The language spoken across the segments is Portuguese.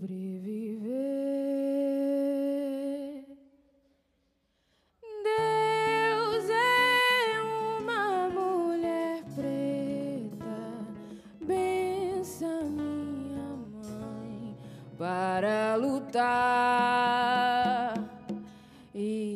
sobreviver. Deus é uma mulher preta, bença minha mãe para lutar e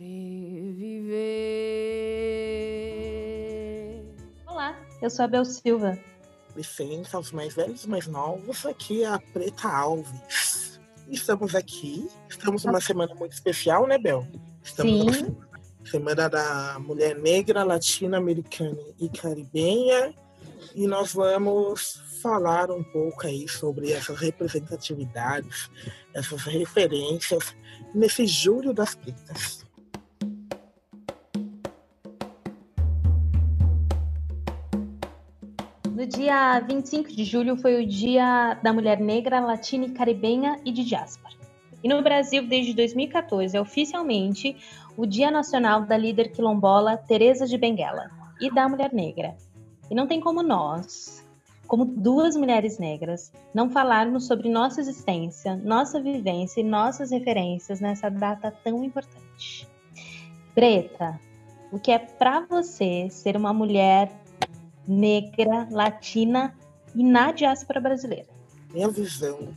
escrever. Olá, eu sou a Bel Silva. Licença aos mais velhos e mais novos, aqui é a Preta Alves. Estamos numa semana muito especial, né, Bel? Estamos Sim. na Semana da Mulher Negra, Latino-Americana e Caribenha, e nós vamos falar um pouco aí sobre essas representatividades, essas referências nesse Julho das Pretas. No dia 25 de julho foi o Dia da Mulher Negra, Latina e Caribenha e de Diáspora. E no Brasil, desde 2014, é oficialmente o Dia Nacional da Líder Quilombola Teresa de Benguela e da Mulher Negra. E não tem como nós, como duas mulheres negras, não falarmos sobre nossa existência, nossa vivência e nossas referências nessa data tão importante. Preta, o que é para você ser uma mulher negra, latina e na diáspora brasileira? Minha visão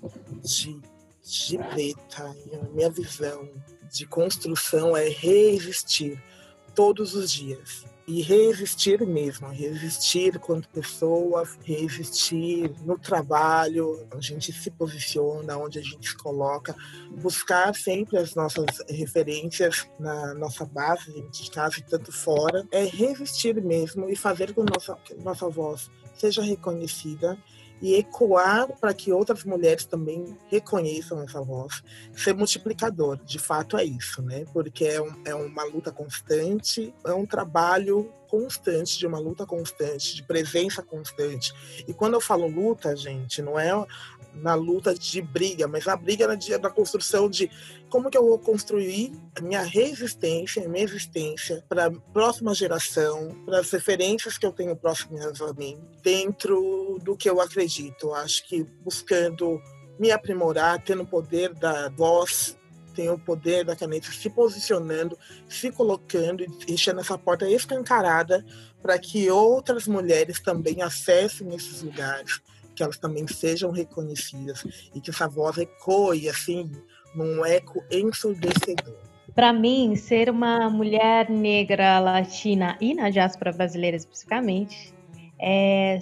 de preta e a minha visão de construção é resistir todos os dias. E resistir mesmo, resistir quanto pessoa, resistir no trabalho, onde a gente se posiciona, onde a gente se coloca, buscar sempre as nossas referências na nossa base, dentro de casa e tanto fora, é resistir mesmo e fazer com que nossa voz seja reconhecida e ecoar para que outras mulheres também reconheçam essa voz, ser multiplicador, de fato é isso, né? Porque é uma luta constante, é um trabalho constante, de uma luta constante, de presença constante. E quando eu falo luta, gente, não é na luta de briga, mas a briga na construção de como que eu vou construir a minha resistência, a minha existência para a próxima geração, para as referências que eu tenho próximas a mim, dentro do que eu acredito. Acho que buscando me aprimorar, tendo o poder da voz, tendo o poder da caneta, se posicionando, se colocando e deixando essa porta escancarada para que outras mulheres também acessem esses lugares, que elas também sejam reconhecidas e que essa voz ecoe assim, num eco ensurdecedor. Para mim, ser uma mulher negra, latina e na diáspora brasileira especificamente, é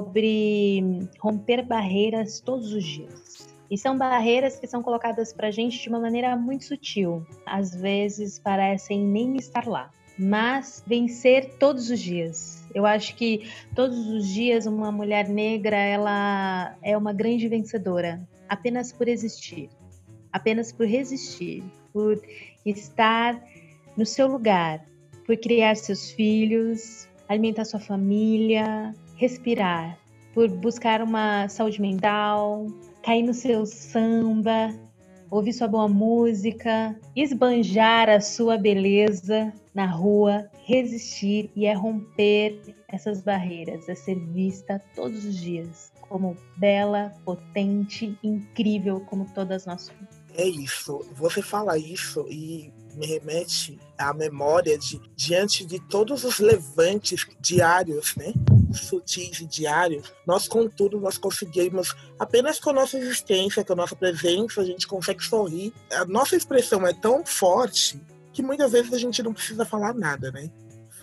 sobre romper barreiras todos os dias. E são barreiras que são colocadas para a gente de uma maneira muito sutil. Às vezes parecem nem estar lá, mas vencer todos os dias. Eu acho que todos os dias uma mulher negra, ela é uma grande vencedora, apenas por existir, apenas por resistir, por estar no seu lugar, por criar seus filhos, alimentar sua família, respirar, por buscar uma saúde mental, cair no seu samba, ouvir sua boa música, esbanjar a sua beleza na rua, resistir e é romper essas barreiras, é ser vista todos os dias como bela, potente, incrível, como todas nós somos. É isso, você fala isso e me remete à memória diante de todos os levantes diários, né? Sutis e diários, nós contudo, nós conseguimos, apenas com a nossa existência, com a nossa presença, a gente consegue sorrir. A nossa expressão é tão forte que muitas vezes a gente não precisa falar nada, né?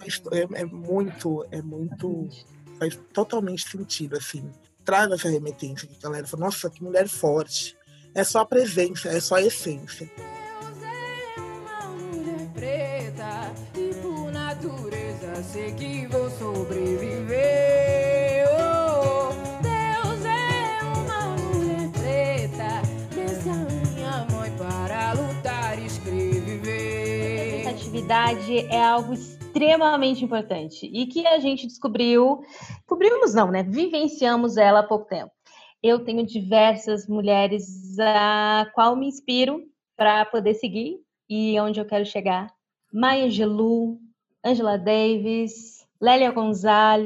Faz totalmente sentido, assim. Traz essa remetência que a galera fala, nossa, que mulher forte. É só a presença, é só a essência. Deus é uma mulher preta e por natureza sei que vou sobreviver. Oh, Deus é uma mulher preta, desce a minha mãe para lutar e escrever. Representatividade é algo extremamente importante e que a gente descobrimos não, né? Vivenciamos ela há pouco tempo. Eu tenho diversas mulheres a qual me inspiro para poder seguir e onde eu quero chegar. Maya Angelou, Angela Davis, Lélia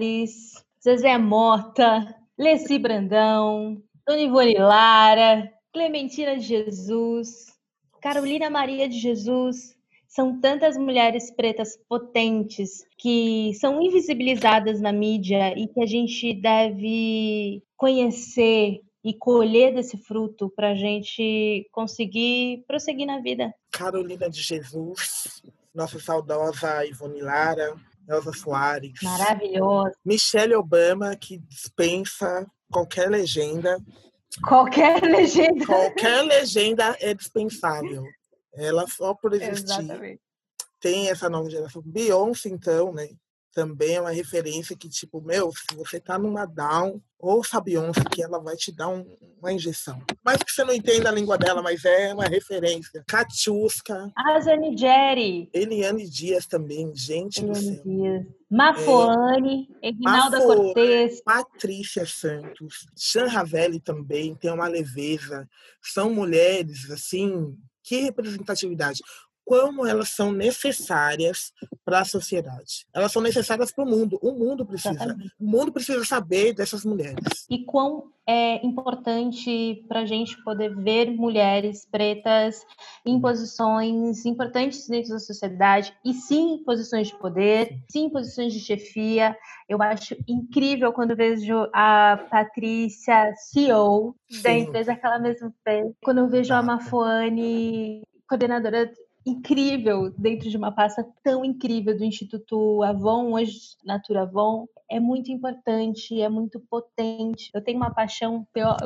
Gonzalez, Zezé Mota, Leci Brandão, Dona Ivone Lara, Clementina de Jesus, Carolina Maria de Jesus. São tantas mulheres pretas potentes que são invisibilizadas na mídia e que a gente deve conhecer e colher desse fruto para a gente conseguir prosseguir na vida. Carolina de Jesus, nossa saudosa Ivone Lara, Elza Soares. Maravilhoso. Michelle Obama, que dispensa qualquer legenda. Qualquer legenda. Qualquer legenda é dispensável. Ela só por existir. Exatamente. Tem essa nova geração. Beyoncé, então, né? Também é uma referência que, tipo, meu, se você tá numa down, ouça a Beyoncé que ela vai te dar uma injeção. Mais que você não entenda a língua dela, mas é uma referência. Katiuska. A Zane Jerry. Eliane Dias também, gente do céu. Dias. Mafoane, Eginalda Cortez. Patrícia Santos. Chan Ravelli também tem uma leveza. São mulheres, assim, que representatividade. Como elas são necessárias para a sociedade. Elas são necessárias para o mundo. O mundo precisa. Exatamente. O mundo precisa saber dessas mulheres. E quão é importante para a gente poder ver mulheres pretas em posições importantes dentro da sociedade, e sim em posições de poder, sim em posições de chefia. Eu acho incrível quando vejo a Patrícia, CEO da empresa que ela mesma fez. Quando eu vejo a Mafoane, coordenadora incrível dentro de uma pasta tão incrível do Instituto Avon, hoje Natura Avon, é muito importante, é muito potente. Eu tenho uma paixão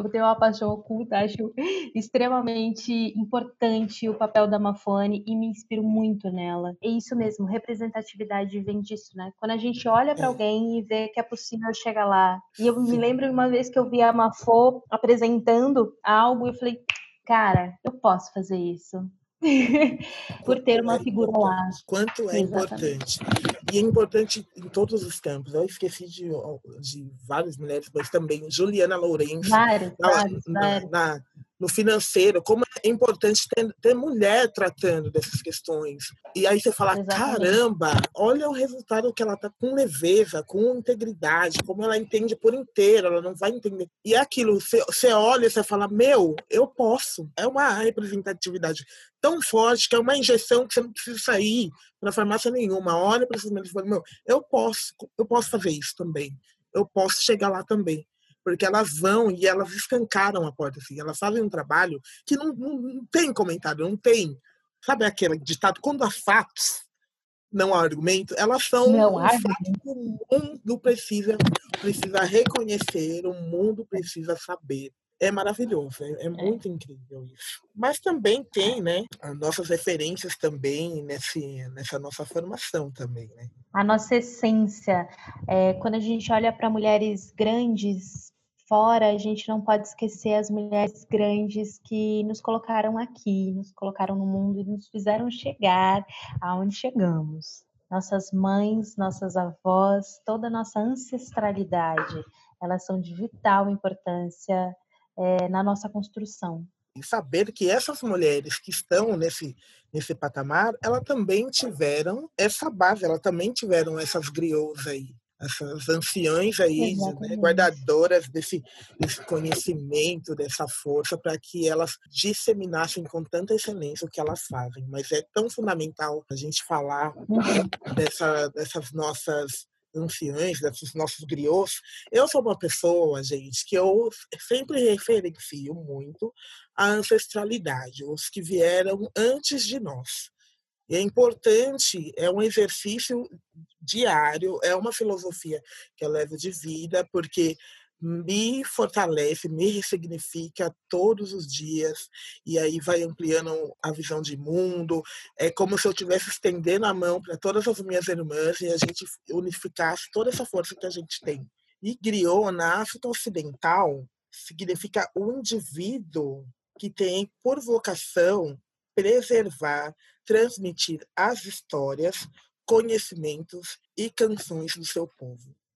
oculta, acho extremamente importante o papel da Mafoane e me inspiro muito nela. É isso mesmo, representatividade vem disso, né? Quando a gente olha para alguém e vê que é possível chegar lá. E eu me lembro uma vez que eu vi a Mafô apresentando algo e eu falei, cara, eu posso fazer isso. Por ter uma figura lá. Quanto é importante. E é importante em todos os campos. Eu esqueci de várias mulheres, mas também Juliana Lourenço. Várias. No financeiro, como é importante ter mulher tratando dessas questões. E aí você fala, caramba, olha o resultado que ela está com leveza, com integridade, como ela entende por inteiro, ela não vai entender. E é aquilo, você olha e você fala, meu, eu posso. É uma representatividade tão forte que é uma injeção que você não precisa sair para farmácia nenhuma. Olha para essas mulheres e fala, meu, eu posso fazer isso também. Eu posso chegar lá também. Porque elas vão e elas escancaram a porta, assim. Elas fazem um trabalho que não tem comentário, não tem. Sabe aquele ditado? Quando há fatos, não há argumento, elas são um fato que o mundo precisa reconhecer, o mundo precisa saber. É maravilhoso, é muito incrível isso. Mas também tem, né, as nossas referências também nessa nossa formação também, né? A nossa essência. Quando a gente olha para mulheres grandes fora, a gente não pode esquecer as mulheres grandes que nos colocaram aqui, nos colocaram no mundo e nos fizeram chegar aonde chegamos. Nossas mães, nossas avós, toda a nossa ancestralidade, elas são de vital importância na nossa construção. E saber que essas mulheres que estão nesse patamar, elas também tiveram essa base, elas também tiveram essas griots aí, essas anciãs aí, né, guardadoras desse conhecimento, dessa força, para que elas disseminassem com tanta excelência o que elas fazem. Mas é tão fundamental a gente falar dessas nossas anciãs, desses nossos griots. Eu sou uma pessoa, gente, que eu sempre referencio muito a ancestralidade, os que vieram antes de nós. E é importante, é um exercício diário, é uma filosofia que eu levo de vida, porque me fortalece, me ressignifica todos os dias, e aí vai ampliando a visão de mundo. É como se eu estivesse estendendo a mão para todas as minhas irmãs e a gente unificasse toda essa força que a gente tem. E griot, na África Ocidental, significa o indivíduo que tem por vocação preservar, transmitir as histórias, conhecimentos e canções do seu povo.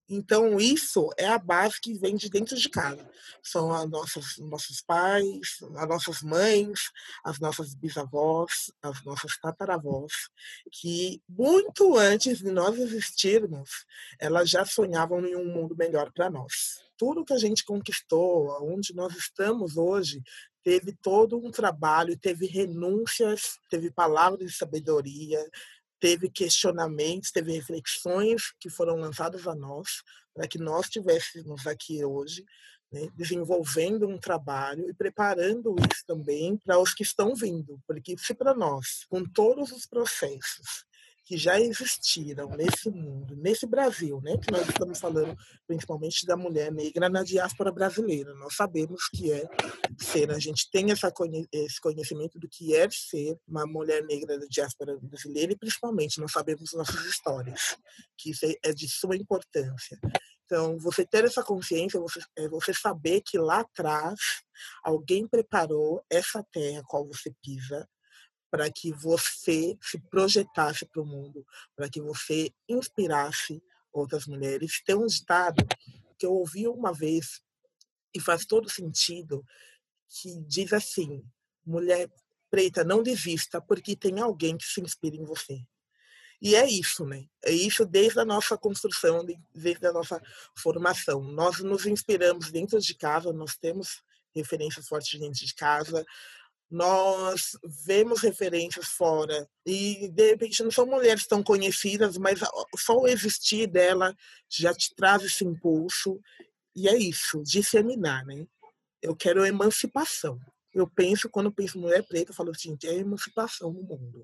Então, isso é a base que vem de dentro de casa. São nossos pais, as nossas mães, as nossas bisavós, as nossas tataravós, que muito antes de nós existirmos, elas já sonhavam em um mundo melhor para nós. Tudo que a gente conquistou, onde nós estamos hoje, teve todo um trabalho, teve renúncias, teve palavras de sabedoria, teve questionamentos, teve reflexões que foram lançadas a nós, para que nós estivéssemos aqui hoje, né, desenvolvendo um trabalho e preparando isso também para os que estão vindo. Porque se para nós, com todos os processos que já existiram nesse mundo, nesse Brasil, né, que nós estamos falando principalmente da mulher negra na diáspora brasileira, nós sabemos que é ser, a gente tem esse conhecimento do que é ser uma mulher negra da diáspora brasileira e principalmente nós sabemos nossas histórias, que isso é de suma importância. Então, você ter essa consciência, você saber que lá atrás alguém preparou essa terra qual você pisa para que você se projetasse para o mundo, para que você inspirasse outras mulheres. Tem um ditado que eu ouvi uma vez e faz todo sentido, que diz assim: mulher preta, não desista, porque tem alguém que se inspira em você. E é isso, né? É isso desde a nossa construção, desde a nossa formação. Nós nos inspiramos dentro de casa, nós temos referências fortes dentro de casa, nós vemos referências fora e, de repente, não são mulheres tão conhecidas, mas só o existir dela já te traz esse impulso. E é isso, disseminar, né? Eu quero emancipação. Quando eu penso em mulher preta, eu falo assim, é emancipação no mundo.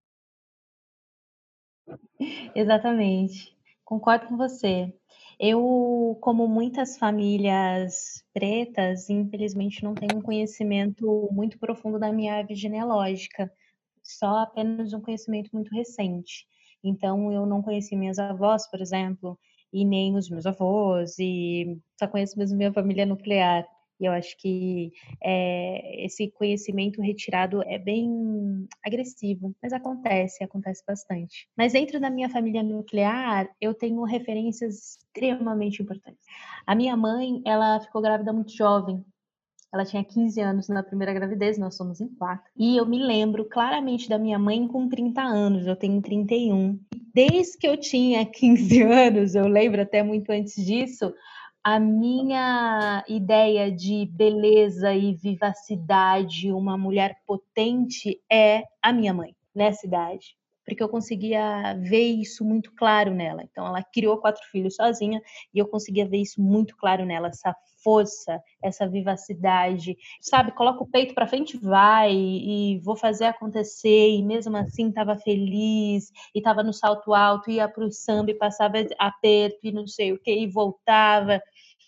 Exatamente. Concordo com você. Eu, como muitas famílias pretas, infelizmente não tenho um conhecimento muito profundo da minha árvore genealógica, só apenas um conhecimento muito recente. Então, eu não conheci minhas avós, por exemplo, e nem os meus avós, e só conheço mesmo minha família nuclear. E eu acho que esse conhecimento retirado é bem agressivo, mas acontece bastante. Mas dentro da minha família nuclear, eu tenho referências extremamente importantes. A minha mãe, ela ficou grávida muito jovem. Ela tinha 15 anos na primeira gravidez, nós somos em 4. E eu me lembro claramente da minha mãe com 30 anos, eu tenho 31. Desde que eu tinha 15 anos, eu lembro até muito antes disso, a minha ideia de beleza e vivacidade, uma mulher potente, é a minha mãe, nessa idade. Porque eu conseguia ver isso muito claro nela. Então, ela criou 4 filhos sozinha e eu conseguia ver isso muito claro nela, essa força, essa vivacidade, sabe? Coloca o peito para frente, vai e vou fazer acontecer. E mesmo assim, estava feliz e estava no salto alto, ia para o samba e passava aperto e não sei o que e voltava.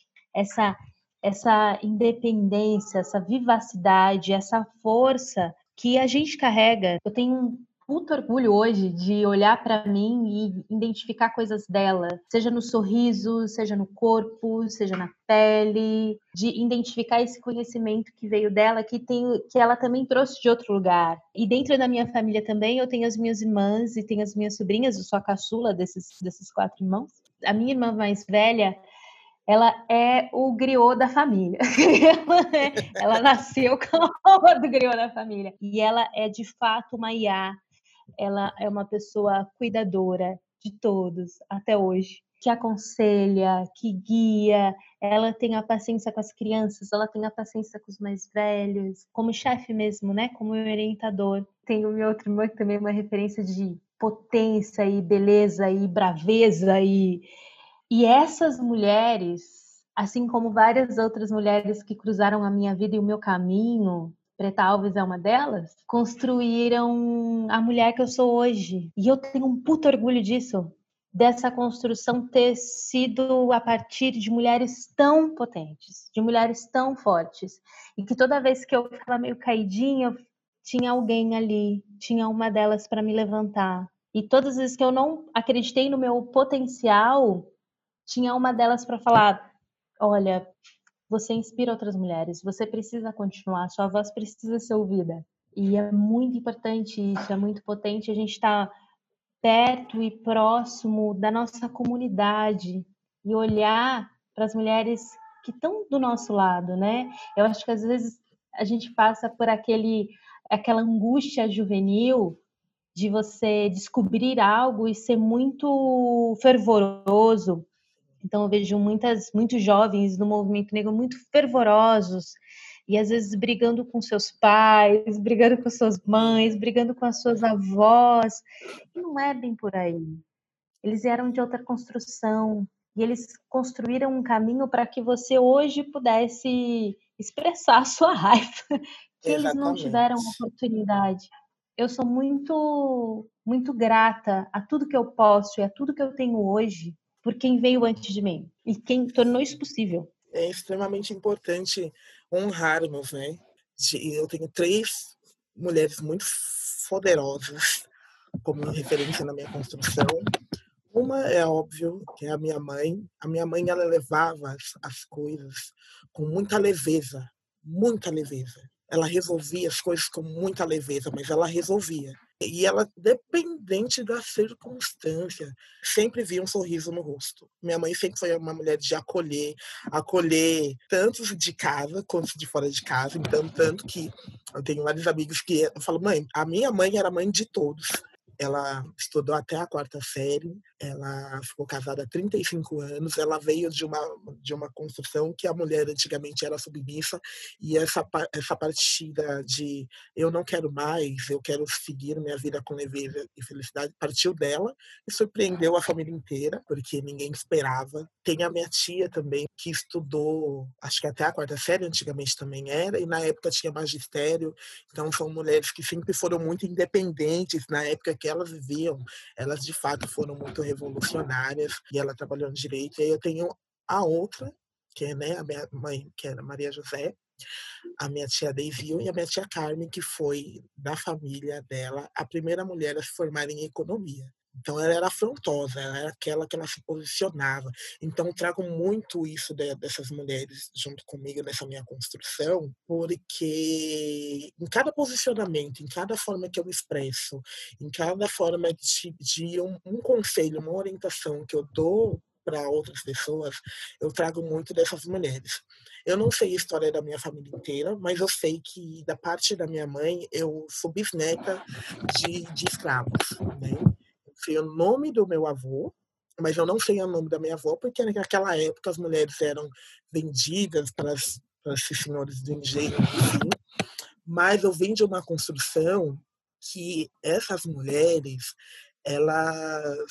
Essa independência, essa vivacidade, essa força que a gente carrega. Eu tenho um puto orgulho hoje de olhar para mim e identificar coisas dela, seja no sorriso, seja no corpo, seja na pele, de identificar esse conhecimento que veio dela, que ela também trouxe de outro lugar. E dentro da minha família também eu tenho as minhas irmãs e tenho as minhas sobrinhas, eu sou a caçula desses 4 irmãos. A minha irmã mais velha, ela é o griot da família. Ela nasceu com a roupa do griot da família. E ela é, de fato, uma Iá. Ela é uma pessoa cuidadora de todos, até hoje. Que aconselha, que guia. Ela tem a paciência com as crianças, ela tem a paciência com os mais velhos. Como chefe mesmo, né? Como orientador. Tem o meu outro irmão que também é uma referência de potência e beleza e braveza e essas mulheres, assim como várias outras mulheres que cruzaram a minha vida e o meu caminho, Preta Alves é uma delas, construíram a mulher que eu sou hoje. E eu tenho um puto orgulho disso, dessa construção ter sido a partir de mulheres tão potentes, de mulheres tão fortes. E que toda vez que eu ficava meio caidinha, tinha alguém ali, tinha uma delas para me levantar. E todas as vezes que eu não acreditei no meu potencial, tinha uma delas para falar: olha, você inspira outras mulheres, você precisa continuar, sua voz precisa ser ouvida. E é muito importante isso, é muito potente a gente estar perto e próximo da nossa comunidade, e olhar para as mulheres que estão do nosso lado, né? Eu acho que às vezes a gente passa por aquela angústia juvenil de você descobrir algo e ser muito fervoroso. Então eu vejo muitos jovens no movimento negro muito fervorosos e às vezes brigando com seus pais, brigando com suas mães, brigando com as suas avós. E não é bem por aí. Eles eram de outra construção e eles construíram um caminho para que você hoje pudesse expressar a sua raiva, que eles não tiveram Exatamente. oportunidade. Eu sou muito grata a tudo que eu posso e a tudo que eu tenho hoje por quem veio antes de mim e quem tornou isso possível. É extremamente importante honrarmos, né? Eu tenho 3 mulheres muito poderosas como referência na minha construção. Uma é óbvio, que é a minha mãe. A minha mãe, ela levava as coisas com muita leveza, muita leveza. Ela resolvia as coisas com muita leveza, mas ela resolvia. E ela, dependente da circunstância, sempre via um sorriso no rosto. Minha mãe sempre foi uma mulher de acolher tanto de casa quanto de fora de casa. Então, tanto que eu tenho vários amigos que eu falo, mãe, a minha mãe era mãe de todos. Ela estudou até a 4ª série, ela ficou casada há 35 anos, ela veio de uma construção que a mulher antigamente era submissa, e essa partida de eu não quero mais, eu quero seguir minha vida com leveza e felicidade, partiu dela e surpreendeu a família inteira, porque ninguém esperava. Tem a minha tia também, que estudou, acho que até a 4ª série, antigamente também era, e na época tinha magistério. Então são mulheres que sempre foram muito independentes na época que elas viviam. Elas de fato foram muito revolucionárias e ela trabalhou no direito. E aí eu tenho a outra, que é, né, a minha mãe, que era Maria José, a minha tia Deivil e a minha tia Carmen, que foi da família dela a primeira mulher a se formar em economia. Então ela era afrontosa, ela era aquela que ela se posicionava. Então eu trago muito isso dessas mulheres junto comigo nessa minha construção, porque em cada posicionamento, em cada forma que eu me expresso, em cada forma de um conselho, uma orientação que eu dou para outras pessoas, eu trago muito dessas mulheres. Eu não sei a história da minha família inteira, mas eu sei que da parte da minha mãe eu sou bisneta de escravos, né? Eu sei o nome do meu avô, mas eu não sei o nome da minha avó, porque naquela época as mulheres eram vendidas para esses senhores do engenho, enfim. Mas eu vim de uma construção que essas mulheres, elas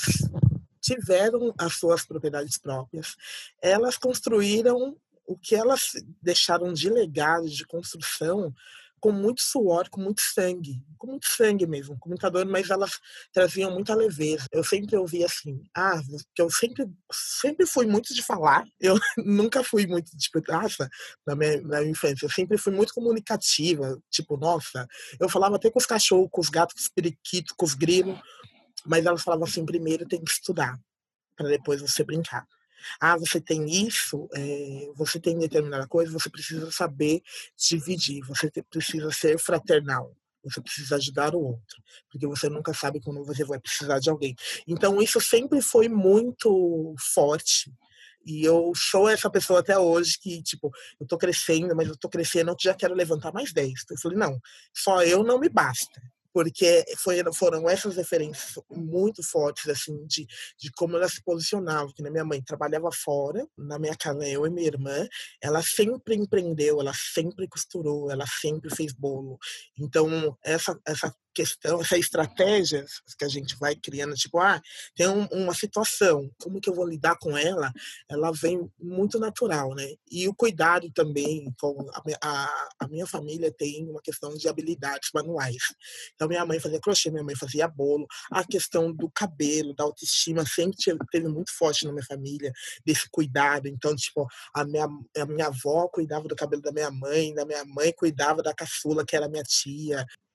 tiveram as suas propriedades próprias, elas construíram o que elas deixaram de legado, de construção, com muito suor, com muito sangue mesmo, com muita dor, mas elas traziam muita leveza. Eu sempre ouvi assim, que eu sempre fui muito de falar, eu nunca fui muito, tipo, nossa, na minha infância, eu sempre fui muito comunicativa, tipo, nossa, eu falava até com os cachorros, com os gatos, com os periquitos, com os grilos, mas elas falavam assim, primeiro tem que estudar, para depois você brincar. Você tem isso, você tem determinada coisa, você precisa saber dividir, precisa ser fraternal, você precisa ajudar o outro, porque você nunca sabe quando você vai precisar de alguém. Então isso sempre foi muito forte. E eu sou essa pessoa até hoje que, tipo, eu tô crescendo, mas eu tô crescendo, eu já quero levantar mais 10. Eu falei, não, só eu não me basta. Porque foram essas referências muito fortes, assim, de como ela se posicionava. Que minha mãe trabalhava fora, na minha casa, eu e minha irmã, ela sempre empreendeu, ela sempre costurou, ela sempre fez bolo. Então, essa questão, essa estratégia que a gente vai criando, tipo, tem uma situação, como que eu vou lidar com ela vem muito natural, né? E o cuidado também, com a minha família tem uma questão de habilidades manuais. Então, minha mãe fazia crochê, minha mãe fazia bolo. A questão do cabelo, da autoestima, sempre teve muito forte na minha família, desse cuidado. Então, tipo, a minha avó cuidava do cabelo da minha mãe cuidava da caçula, que era minha tia.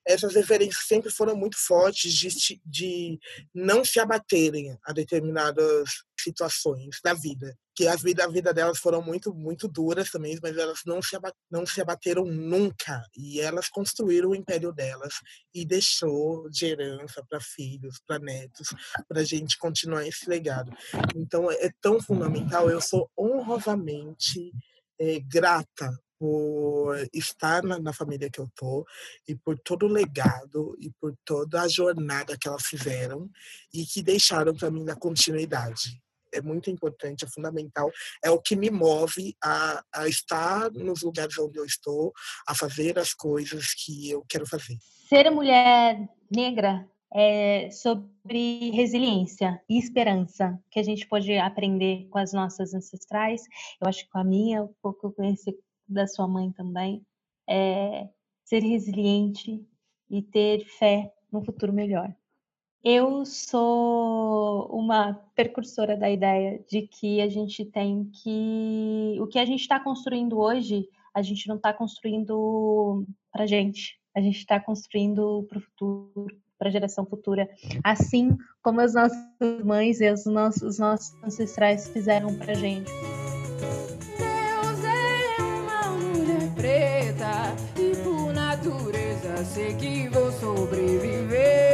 essas referências sempre foram muito fortes de não se abaterem a determinadas situações da vida. Que a vida delas foram muito, muito duras também, mas elas não se abateram nunca. E elas construíram o império delas e deixou de herança para filhos, para netos, para a gente continuar esse legado. Então, é tão fundamental. Eu sou honrosamente grata por estar na família que eu tô e por todo o legado e por toda a jornada que elas fizeram e que deixaram para mim na continuidade. É muito importante, é fundamental, é o que me move a estar nos lugares onde eu estou, a fazer as coisas que eu quero fazer. Ser mulher negra é sobre resiliência e esperança, que a gente pode aprender com as nossas ancestrais. Eu acho que com a minha, um pouco eu conheci da sua mãe também, é ser resiliente e ter fé no futuro melhor. Eu sou uma precursora da ideia de que a gente tem que... O que a gente está construindo hoje, a gente não está construindo para a gente está construindo para o futuro, para a geração futura. Assim como as nossas mães e os nossos ancestrais fizeram para a gente. Deus é uma mulher preta e por natureza sei que vou sobreviver.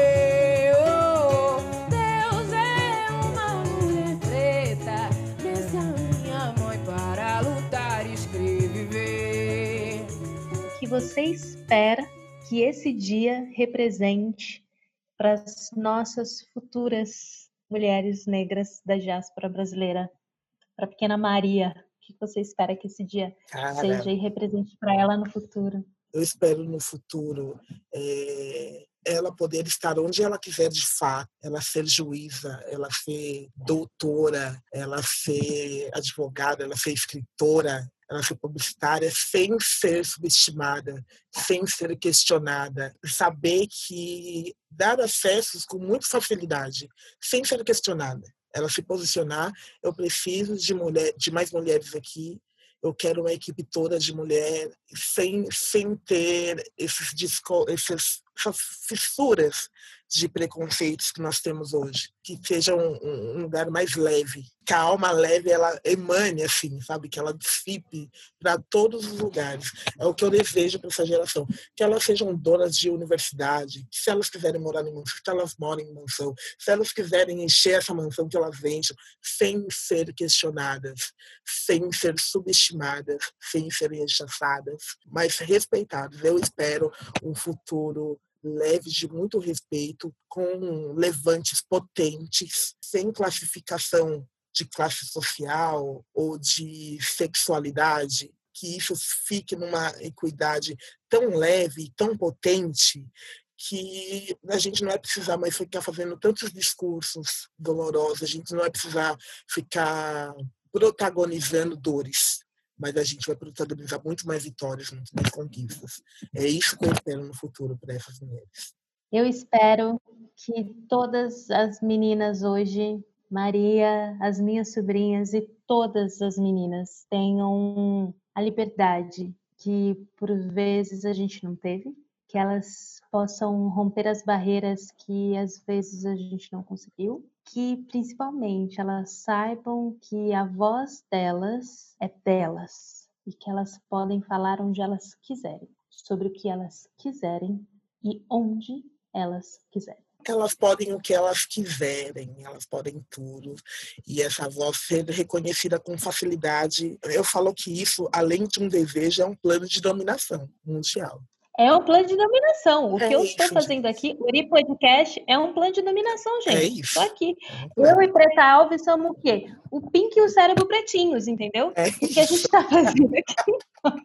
Você espera que esse dia represente para as nossas futuras mulheres negras da diáspora brasileira, para a pequena Maria? O que você espera que esse dia seja e represente para ela no futuro? Eu espero no futuro ela poder estar onde ela quiser de fato, ela ser juíza, ela ser doutora, ela ser advogada, ela ser escritora, ela ser publicitária, sem ser subestimada, sem ser questionada. Saber que dar acessos com muita facilidade, sem ser questionada. Ela se posicionar, eu preciso de mais mulheres aqui, eu quero uma equipe toda de mulher, sem ter essas fissuras de preconceitos que nós temos hoje. Que seja um lugar mais leve. Que a alma leve, ela emane, assim, sabe? Que ela dissipe para todos os lugares. É o que eu desejo para essa geração. Que elas sejam donas de universidade, que se elas quiserem morar em mansão, que elas morem em mansão. Se elas quiserem encher essa mansão, que elas enchem, sem ser questionadas, sem ser subestimadas, sem serem rechaçadas, mas respeitadas. Eu espero um futuro leve, de muito respeito, com levantes potentes, sem classificação de classe social ou de sexualidade, que isso fique numa equidade tão leve, tão potente, que a gente não vai precisar mais ficar fazendo tantos discursos dolorosos, a gente não vai precisar ficar protagonizando dores, mas a gente vai protagonizar muito mais vitórias, muito mais conquistas. É isso que eu espero no futuro para essas mulheres. Eu espero que todas as meninas hoje, Maria, as minhas sobrinhas e todas as meninas tenham a liberdade que por vezes a gente não teve, que elas possam romper as barreiras que às vezes a gente não conseguiu, que principalmente elas saibam que a voz delas é delas e que elas podem falar onde elas quiserem, sobre o que elas quiserem e onde elas quiserem. Elas podem o que elas quiserem, elas podem tudo. E essa voz ser reconhecida com facilidade. Eu falo que isso, além de um desejo, é um plano de dominação mundial. É um plano de dominação. O que eu estou fazendo aqui, o Uri Podcast, é um plano de dominação, gente. É isso. Estou aqui. Eu e Preta Alves somos o quê? O Pink e o cérebro pretinhos, entendeu? É o que a gente está fazendo aqui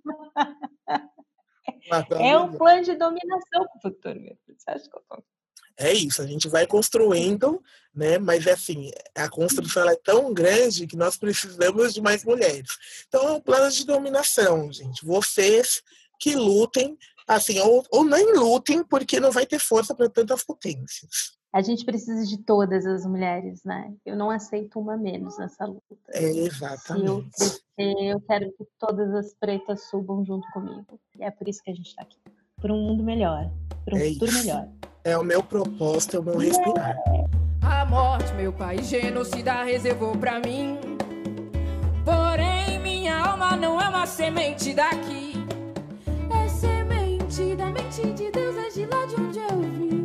é um plano de dominação para o futuro. Você acha que eu tô... É isso, a gente vai construindo, né? Mas assim, a construção ela é tão grande que nós precisamos de mais mulheres. Então é um plano de dominação, gente. Vocês que lutem, assim, ou nem lutem, porque não vai ter força para tantas potências. A gente precisa de todas as mulheres, né? Eu não aceito uma menos nessa luta. Exatamente. Se eu crescer, eu quero que todas as pretas subam junto comigo. E é por isso que a gente está aqui. Por um mundo melhor. para um futuro isso. melhor. É o meu propósito, é o meu respirar. A morte, meu pai genocida reservou pra mim. Porém, minha alma não é uma semente daqui. É semente da mente de Deus, é de lá de onde eu vim.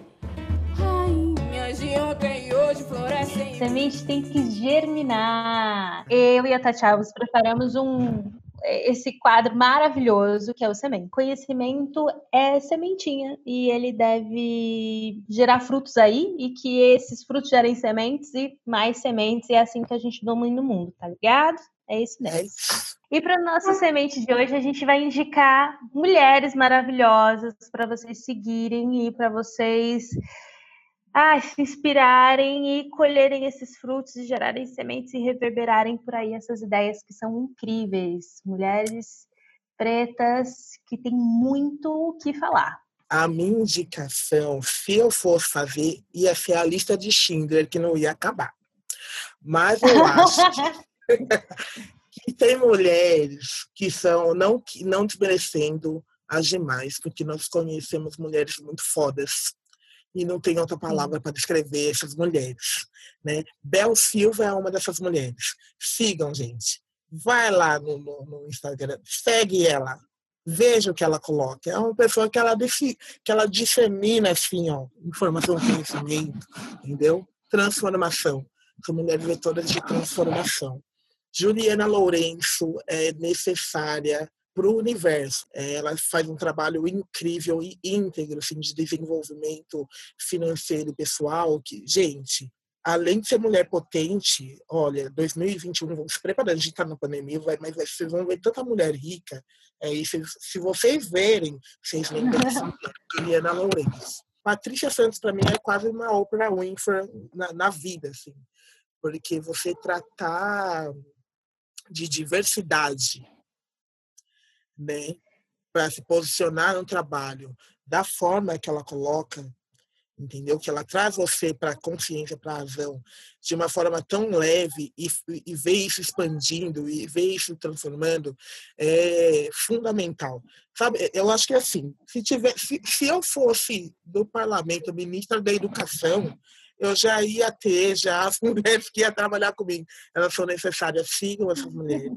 Rainhas de ontem e hoje florescem. Semente tem que germinar. Eu e a Tatiana preparamos esse quadro maravilhoso que é o Semente. Conhecimento é sementinha e ele deve gerar frutos aí e que esses frutos gerem sementes e mais sementes, e é assim que a gente domina o mundo, tá ligado? É isso mesmo. E para nossa semente de hoje, a gente vai indicar mulheres maravilhosas para vocês seguirem e para vocês se inspirarem e colherem esses frutos e gerarem sementes e reverberarem por aí essas ideias que são incríveis. Mulheres pretas que têm muito o que falar. A minha indicação, se eu fosse fazer, ia ser a lista de Schindler, que não ia acabar. Mas eu acho que tem mulheres que são, não desmerecendo as demais, porque nós conhecemos mulheres muito fodas. E não tem outra palavra para descrever essas mulheres, né? Bel Silva é uma dessas mulheres. Sigam, gente. Vai lá no Instagram, segue ela. Veja o que ela coloca. É uma pessoa que ela dissemina, assim, ó, informação, conhecimento, entendeu? Transformação. São mulheres vetoras de transformação. Juliana Lourenço é necessária para o universo. Ela faz um trabalho incrível e íntegro assim, de desenvolvimento financeiro e pessoal, que, gente, além de ser mulher potente, olha, 2021, vamos se preparando, a gente está na pandemia, mas vocês vão ver tanta mulher rica, e se vocês verem, vocês lembram dessa mulher, Juliana Lourenço. Patrícia Santos, para mim, é quase uma Oprah Winfrey na vida, assim, porque você tratar de diversidade, né, para se posicionar no trabalho da forma que ela coloca, entendeu? Que ela traz você para a consciência, para a razão, de uma forma tão leve e ver isso expandindo e ver isso transformando é fundamental. Sabe, eu acho que assim, se eu fosse do parlamento, ministra da educação, eu já ia ter as mulheres que iam trabalhar comigo. Elas são necessárias, sigam essas mulheres.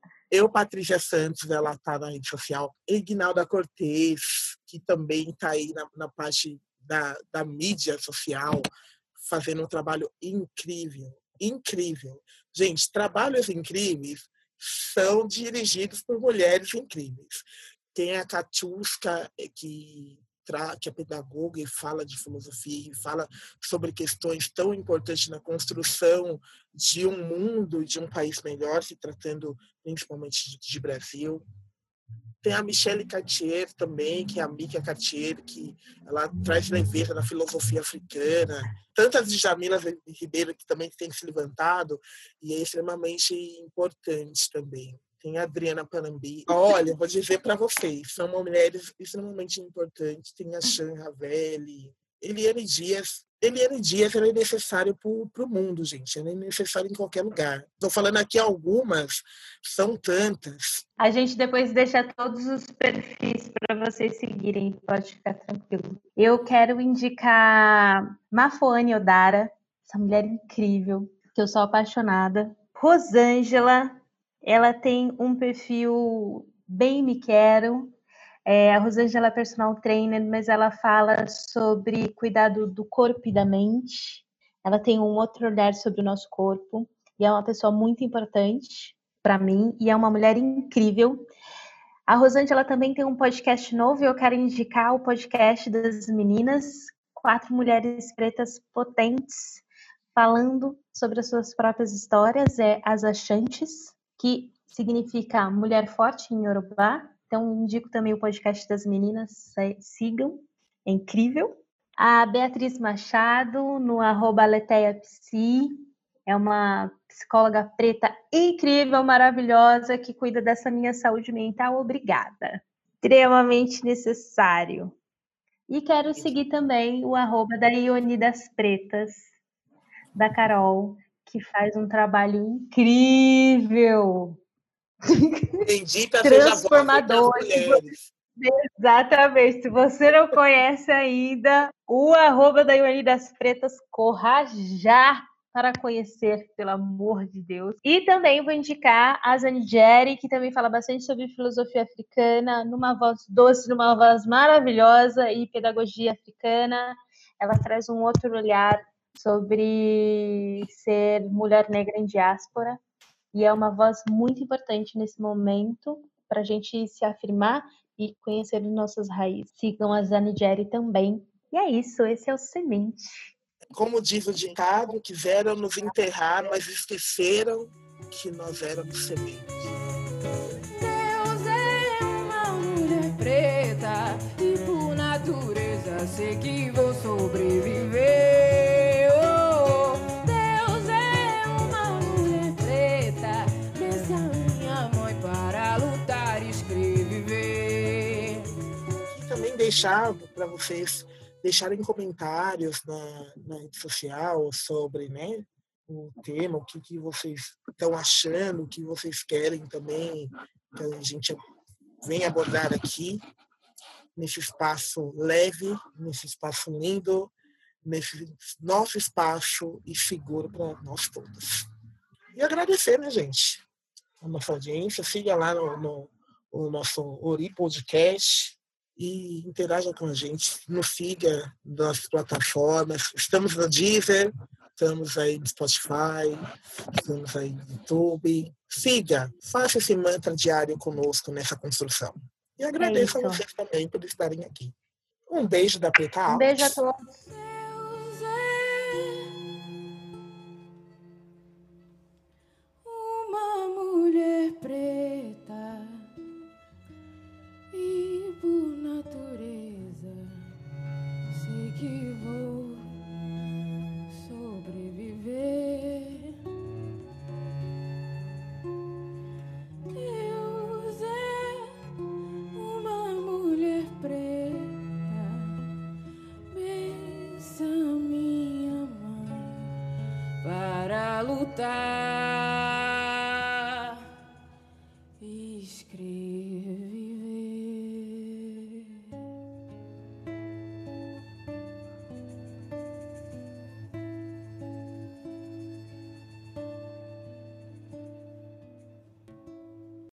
Patrícia Santos, ela está na rede social. Ignalda Cortez, que também está aí na parte da mídia social, fazendo um trabalho incrível. Incrível. Gente, trabalhos incríveis são dirigidos por mulheres incríveis. Tem a Katiuska, que é pedagoga e fala de filosofia, e fala sobre questões tão importantes na construção de um mundo, de um país melhor, se tratando principalmente de Brasil. Tem a Michelle Cartier também, que é a Mika Cartier, que ela traz leveza na filosofia africana. Tantas de Jamila Ribeiro, que também tem se levantado, e é extremamente importante também. Tem a Adriana Panambi. Olha, vou dizer para vocês, são mulheres extremamente importantes. Tem a Shan Ravelli, Eliane Dias. Eliane Dias, ela é necessário para o mundo, gente. Ela é necessária em qualquer lugar. Estou falando aqui algumas, são tantas. A gente depois deixa todos os perfis para vocês seguirem, pode ficar tranquilo. Eu quero indicar Mafoane Odara, essa mulher incrível, que eu sou apaixonada. Rosângela, ela tem um perfil bem me quero. A Rosângela é personal trainer, mas ela fala sobre cuidado do corpo e da mente. Ela tem um outro olhar sobre o nosso corpo e é uma pessoa muito importante para mim e é uma mulher incrível. A Rosângela também tem um podcast novo e eu quero indicar o podcast das meninas, 4 mulheres pretas potentes, falando sobre as suas próprias histórias, as Ashantis, que significa mulher forte em Yorubá. Então, indico também o podcast das meninas, sigam, é incrível. A Beatriz Machado, no @LeteiaPsi, é uma psicóloga preta incrível, maravilhosa, que cuida dessa minha saúde mental. Obrigada. Extremamente necessário. E quero seguir também o @ da Ione das Pretas, da Carol, que faz um trabalho incrível. Bendita transformador. seja a voz das mulheres. Exatamente. Se você não conhece ainda o @ da Ioane das Pretas, corra já para conhecer, pelo amor de Deus. E também vou indicar a Zanigeri, que também fala bastante sobre filosofia africana, numa voz doce, numa voz maravilhosa, e pedagogia africana. Ela traz um outro olhar sobre ser mulher negra em diáspora, e é uma voz muito importante nesse momento para a gente se afirmar e conhecer nossas raízes. Sigam a Zanigeri também. E é isso, esse é o Semente. Como diz o ditado, quiseram nos enterrar, mas esqueceram que nós éramos semente. Deus é uma mulher preta e por natureza sei que vou sobreviver. Oh, Deus é uma mulher preta, desce a minha mãe para lutar e escrever. E também deixar para vocês deixarem comentários na rede social sobre, né, o tema, o que vocês estão achando, o que vocês querem também que a gente venha abordar aqui, nesse espaço leve, nesse espaço lindo, nesse nosso espaço e seguro para nós todos. E agradecer, né, gente, a nossa audiência. Siga lá no nosso Ori Podcast e interaja com a gente. Nos siga nas plataformas. Estamos no Deezer, estamos aí no Spotify, estamos aí no YouTube. Siga, faça esse mantra diário conosco nessa construção. E agradeço a vocês também por estarem aqui. Um beijo da Preta Alves. Um beijo a todos. Deus é uma mulher preta e por natureza sei que vou sobreviver. Deus é uma mulher preta, bença minha mãe para lutar.